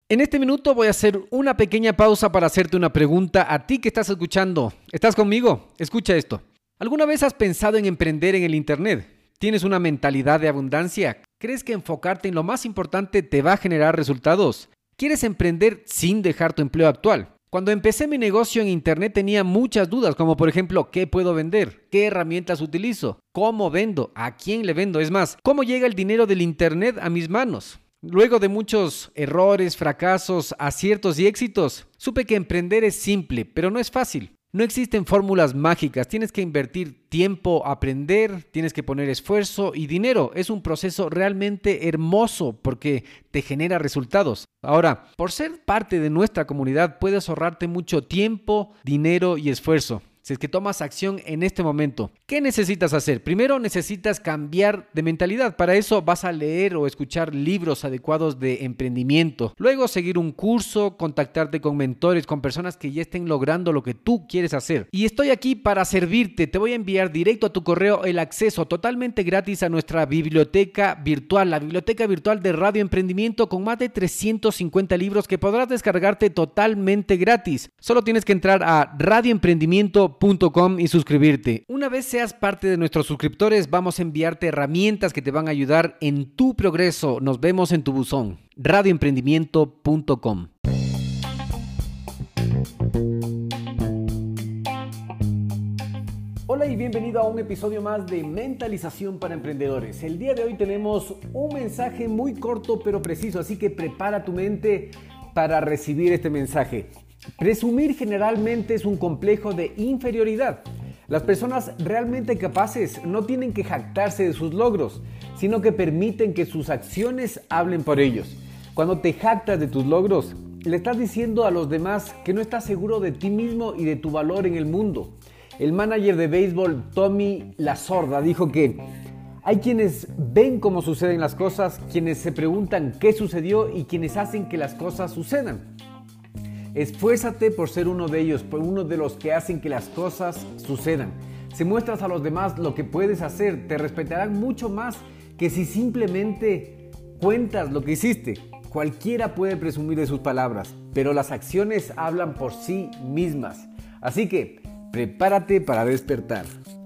En este minuto voy a hacer una pequeña pausa para hacerte una pregunta a ti que estás escuchando. ¿Estás conmigo? Escucha esto. ¿Alguna vez has pensado en emprender en el Internet? ¿Tienes una mentalidad de abundancia? ¿Crees que enfocarte en lo más importante te va a generar resultados? ¿Quieres emprender sin dejar tu empleo actual? Cuando empecé mi negocio en Internet tenía muchas dudas, como por ejemplo, ¿qué puedo vender? ¿Qué herramientas utilizo? ¿Cómo vendo? ¿A quién le vendo? Es más, ¿cómo llega el dinero del Internet a mis manos? Luego de muchos errores, fracasos, aciertos y éxitos, supe que emprender es simple, pero no es fácil. No existen fórmulas mágicas, tienes que invertir tiempo, aprender, tienes que poner esfuerzo y dinero. Es un proceso realmente hermoso porque te genera resultados. Ahora, por ser parte de nuestra comunidad, puedes ahorrarte mucho tiempo, dinero y esfuerzo. Si es que tomas acción en este momento, ¿qué necesitas hacer? Primero necesitas cambiar de mentalidad. Para eso vas a leer o escuchar libros adecuados de emprendimiento. Luego seguir un curso, contactarte con mentores, con personas que ya estén logrando lo que tú quieres hacer. Y estoy aquí para servirte. Te voy a enviar directo a tu correo el acceso totalmente gratis a nuestra biblioteca virtual, la biblioteca virtual de Radio Emprendimiento con más de 350 libros que podrás descargarte totalmente gratis. Solo tienes que entrar a radioemprendimiento.com y suscribirte. Una vez seas parte de nuestros suscriptores, vamos a enviarte herramientas que te van a ayudar en tu progreso. Nos vemos en tu buzón. radioemprendimiento.com. Hola y bienvenido a un episodio más de Mentalización para Emprendedores. El día de hoy tenemos un mensaje muy corto pero preciso, así que prepara tu mente para recibir este mensaje. Presumir generalmente es un complejo de inferioridad. Las personas realmente capaces no tienen que jactarse de sus logros, sino que permiten que sus acciones hablen por ellos. Cuando te jactas de tus logros, le estás diciendo a los demás que no estás seguro de ti mismo y de tu valor en el mundo. El manager de béisbol Tommy Lasorda dijo que hay quienes ven cómo suceden las cosas, quienes se preguntan qué sucedió y quienes hacen que las cosas sucedan. Esfuérzate por ser uno de ellos, por uno de los que hacen que las cosas sucedan. Si muestras a los demás lo que puedes hacer, te respetarán mucho más que si simplemente cuentas lo que hiciste. Cualquiera puede presumir de sus palabras, pero las acciones hablan por sí mismas. Así que prepárate para despertar.